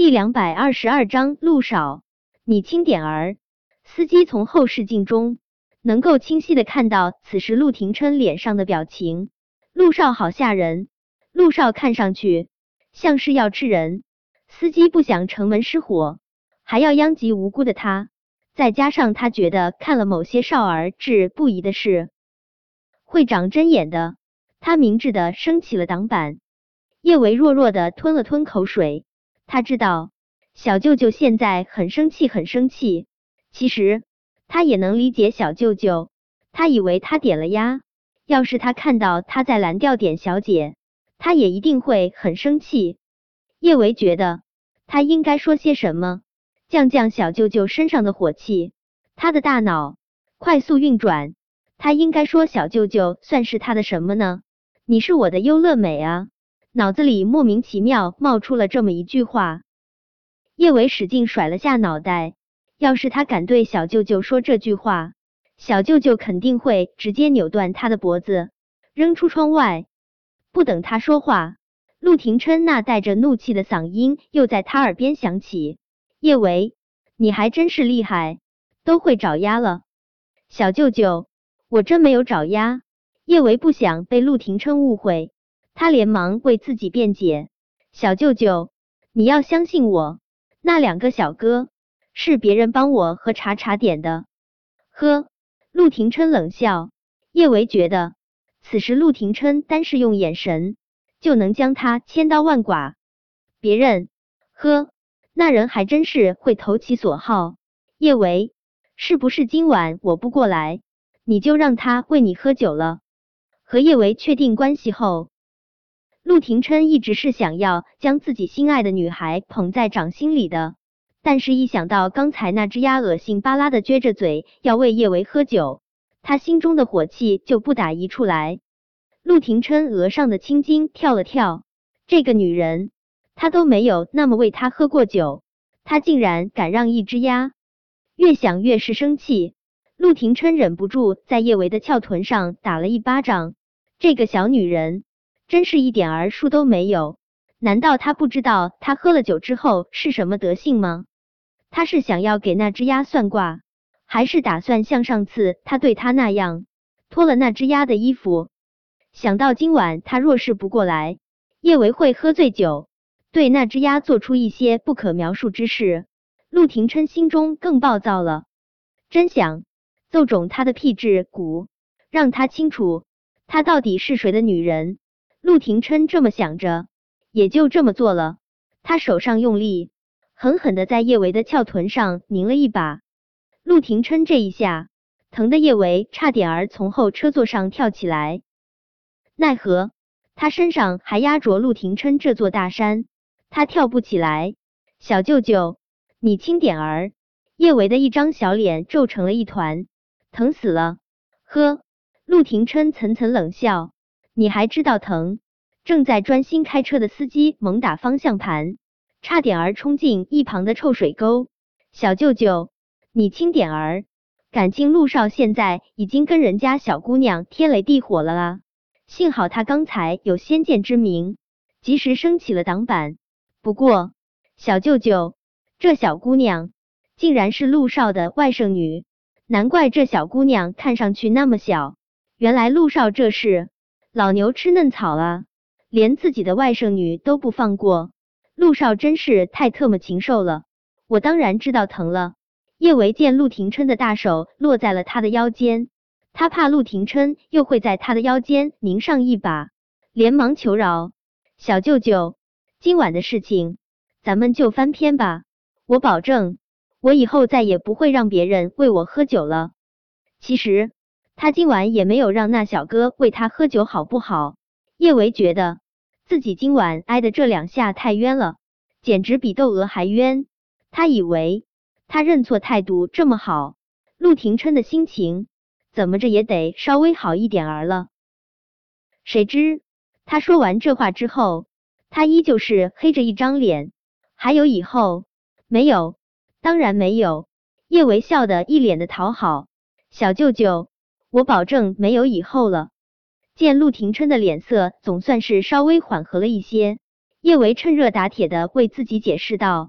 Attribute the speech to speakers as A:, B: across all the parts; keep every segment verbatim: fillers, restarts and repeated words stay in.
A: 第两百二十二章陆少，你轻点儿。司机从后视镜中能够清晰的看到此时陆廷琛脸上的表情。陆少好吓人，陆少看上去像是要吃人。司机不想城门失火，还要殃及无辜的他，再加上他觉得看了某些少儿志不宜的事会长针眼的，他明智的升起了挡板。叶维弱弱的吞了吞口水，他知道小舅舅现在很生气很生气，其实他也能理解小舅舅，他以为他点了压，要是他看到他在蓝调点小姐，他也一定会很生气。叶维觉得他应该说些什么，降降小舅舅身上的火气。他的大脑快速运转，他应该说小舅舅算是他的什么呢？你是我的优乐美啊！脑子里莫名其妙冒出了这么一句话。叶维使劲甩了下脑袋，要是他敢对小舅舅说这句话，小舅舅肯定会直接扭断他的脖子，扔出窗外。不等他说话，陆廷琛那带着怒气的嗓音又在他耳边响起：叶维，你还真是厉害，都会找鸭了。小舅舅，我真没有找鸭。叶维不想被陆廷琛误会，他连忙为自己辩解：小舅舅，你要相信我，那两个小哥是别人帮我喝茶茶点的。呵，陆廷琛冷笑。叶维觉得此时陆廷琛单是用眼神就能将他千刀万剐。别人，呵，那人还真是会投其所好。叶维，是不是今晚我不过来，你就让他为你喝酒了？和叶维确定关系后，陆廷琛一直是想要将自己心爱的女孩捧在掌心里的，但是一想到刚才那只鸭恶心巴拉的撅着嘴要为叶维喝酒，他心中的火气就不打一处来。陆廷琛额上的青筋跳了跳，这个女人，他都没有那么为她喝过酒，他竟然敢让一只鸭。越想越是生气，陆廷琛忍不住在叶维的翘臀上打了一巴掌。这个小女人真是一点儿数都没有，难道她不知道她喝了酒之后是什么德性吗？她是想要给那只鸭算卦，还是打算像上次她对她那样脱了那只鸭的衣服？想到今晚她若是不过来，叶维会喝醉酒，对那只鸭做出一些不可描述之事，陆廷琛心中更暴躁了，真想揍肿他的屁股骨，让他清楚他到底是谁的女人。陆廷琛这么想着，也就这么做了。他手上用力，狠狠的在叶维的翘臀上拧了一把。陆廷琛这一下，疼的叶维差点儿从后车座上跳起来。奈何他身上还压着陆廷琛这座大山，他跳不起来。小舅舅，你轻点儿。叶维的一张小脸皱成了一团，疼死了。呵，陆廷琛层层冷笑，你还知道疼？正在专心开车的司机猛打方向盘，差点儿冲进一旁的臭水沟。小舅舅，你轻点儿，感情陆少现在已经跟人家小姑娘天雷地火了啊！幸好他刚才有先见之明，及时升起了挡板。不过，小舅舅，这小姑娘竟然是陆少的外甥女，难怪这小姑娘看上去那么小，原来陆少这是老牛吃嫩草啊，连自己的外甥女都不放过，陆少真是太特么禽兽了。我当然知道疼了。叶维见陆廷琛的大手落在了他的腰间，他怕陆廷琛又会在他的腰间拧上一把，连忙求饶：小舅舅，今晚的事情咱们就翻篇吧，我保证我以后再也不会让别人为我喝酒了。其实他今晚也没有让那小哥为他喝酒好不好？叶维觉得自己今晚挨的这两下太冤了，简直比窦娥还冤。他以为他认错态度这么好，陆廷琛的心情怎么着也得稍微好一点儿了。谁知他说完这话之后，他依旧是黑着一张脸。还有以后？没有，当然没有。叶维笑得一脸的讨好，小舅舅，我保证没有以后了。见陆廷琛的脸色总算是稍微缓和了一些，叶维趁热打铁的为自己解释道：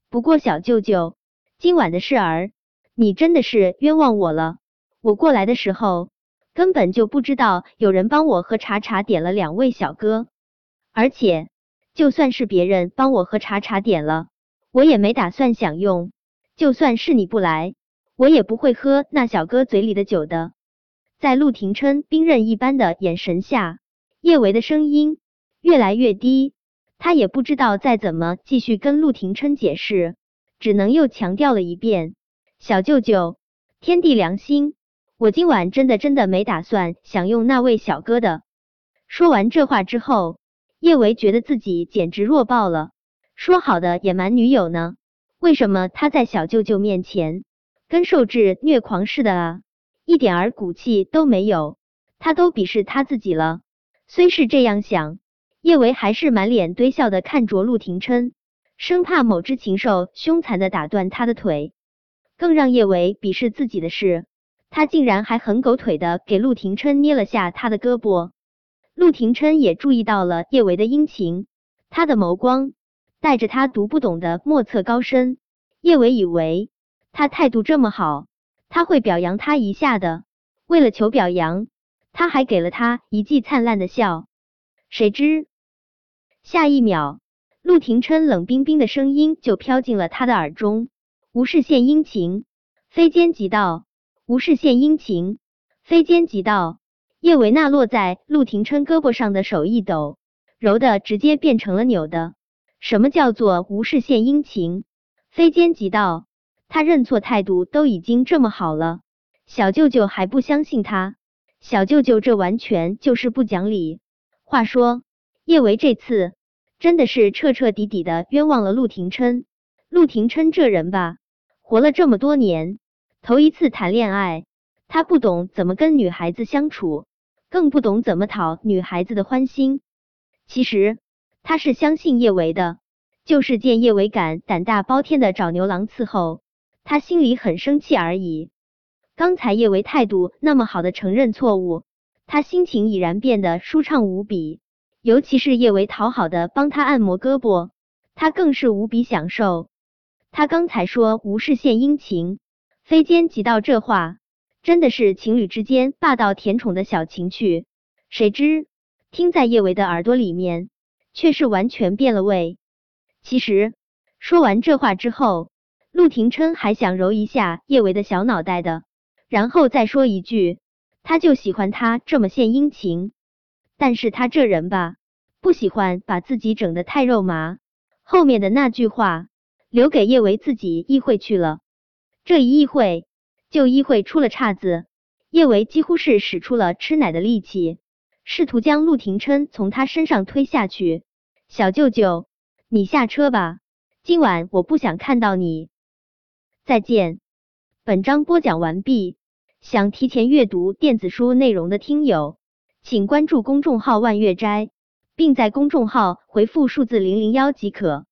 A: 不过小舅舅，今晚的事儿，你真的是冤枉我了。我过来的时候，根本就不知道有人帮我和茶茶点了两位小哥，而且就算是别人帮我和茶茶点了，我也没打算享用。就算是你不来，我也不会喝那小哥嘴里的酒的。在陆廷琛冰刃一般的眼神下，叶维的声音越来越低，他也不知道再怎么继续跟陆廷琛解释，只能又强调了一遍：小舅舅，天地良心，我今晚真的真的没打算享用那位小哥的。说完这话之后，叶维觉得自己简直弱爆了。说好的野蛮女友呢？为什么他在小舅舅面前跟受制虐狂似的啊？一点儿骨气都没有，他都鄙视他自己了。虽是这样想，叶维还是满脸堆笑的看着陆廷琛，生怕某只禽兽凶残的打断他的腿。更让叶维鄙视自己的是，他竟然还很狗腿的给陆廷琛捏了下他的胳膊。陆廷琛也注意到了叶维的殷勤，他的眸光带着他读不懂的莫测高深。叶维以为他态度这么好，他会表扬他一下的。为了求表扬，他还给了他一记灿烂的笑。谁知下一秒，陆廷琛冷冰冰的声音就飘进了他的耳中：无事献殷勤，非奸即盗。无事献殷勤，非奸即盗。叶维那落在陆廷琛胳膊上的手一抖，揉的直接变成了扭的。什么叫做无事献殷勤，非奸即盗？他认错态度都已经这么好了，小舅舅还不相信他？小舅舅这完全就是不讲理。话说，叶维这次真的是彻彻底底的冤枉了陆廷琛。陆廷琛这人吧，活了这么多年，头一次谈恋爱，他不懂怎么跟女孩子相处，更不懂怎么讨女孩子的欢心。其实他是相信叶维的，就是见叶维敢胆大包天的找牛郎伺候，他心里很生气而已。刚才叶维态度那么好的承认错误，他心情已然变得舒畅无比，尤其是叶维讨好的帮他按摩胳膊，他更是无比享受。他刚才说无事献殷勤，非奸即盗这话，真的是情侣之间霸道甜宠的小情趣，谁知听在叶维的耳朵里面，却是完全变了味。其实说完这话之后，陆廷琛还想揉一下叶维的小脑袋的，然后再说一句，他就喜欢他这么献殷勤。但是他这人吧，不喜欢把自己整得太肉麻，后面的那句话留给叶维自己意会去了。这一意会就意会出了岔子，叶维几乎是使出了吃奶的力气，试图将陆廷琛从他身上推下去。小舅舅，你下车吧，今晚我不想看到你。再见。本章播讲完毕。想提前阅读电子书内容的听友，请关注公众号万月斋，并在公众号回复数字零零一即可。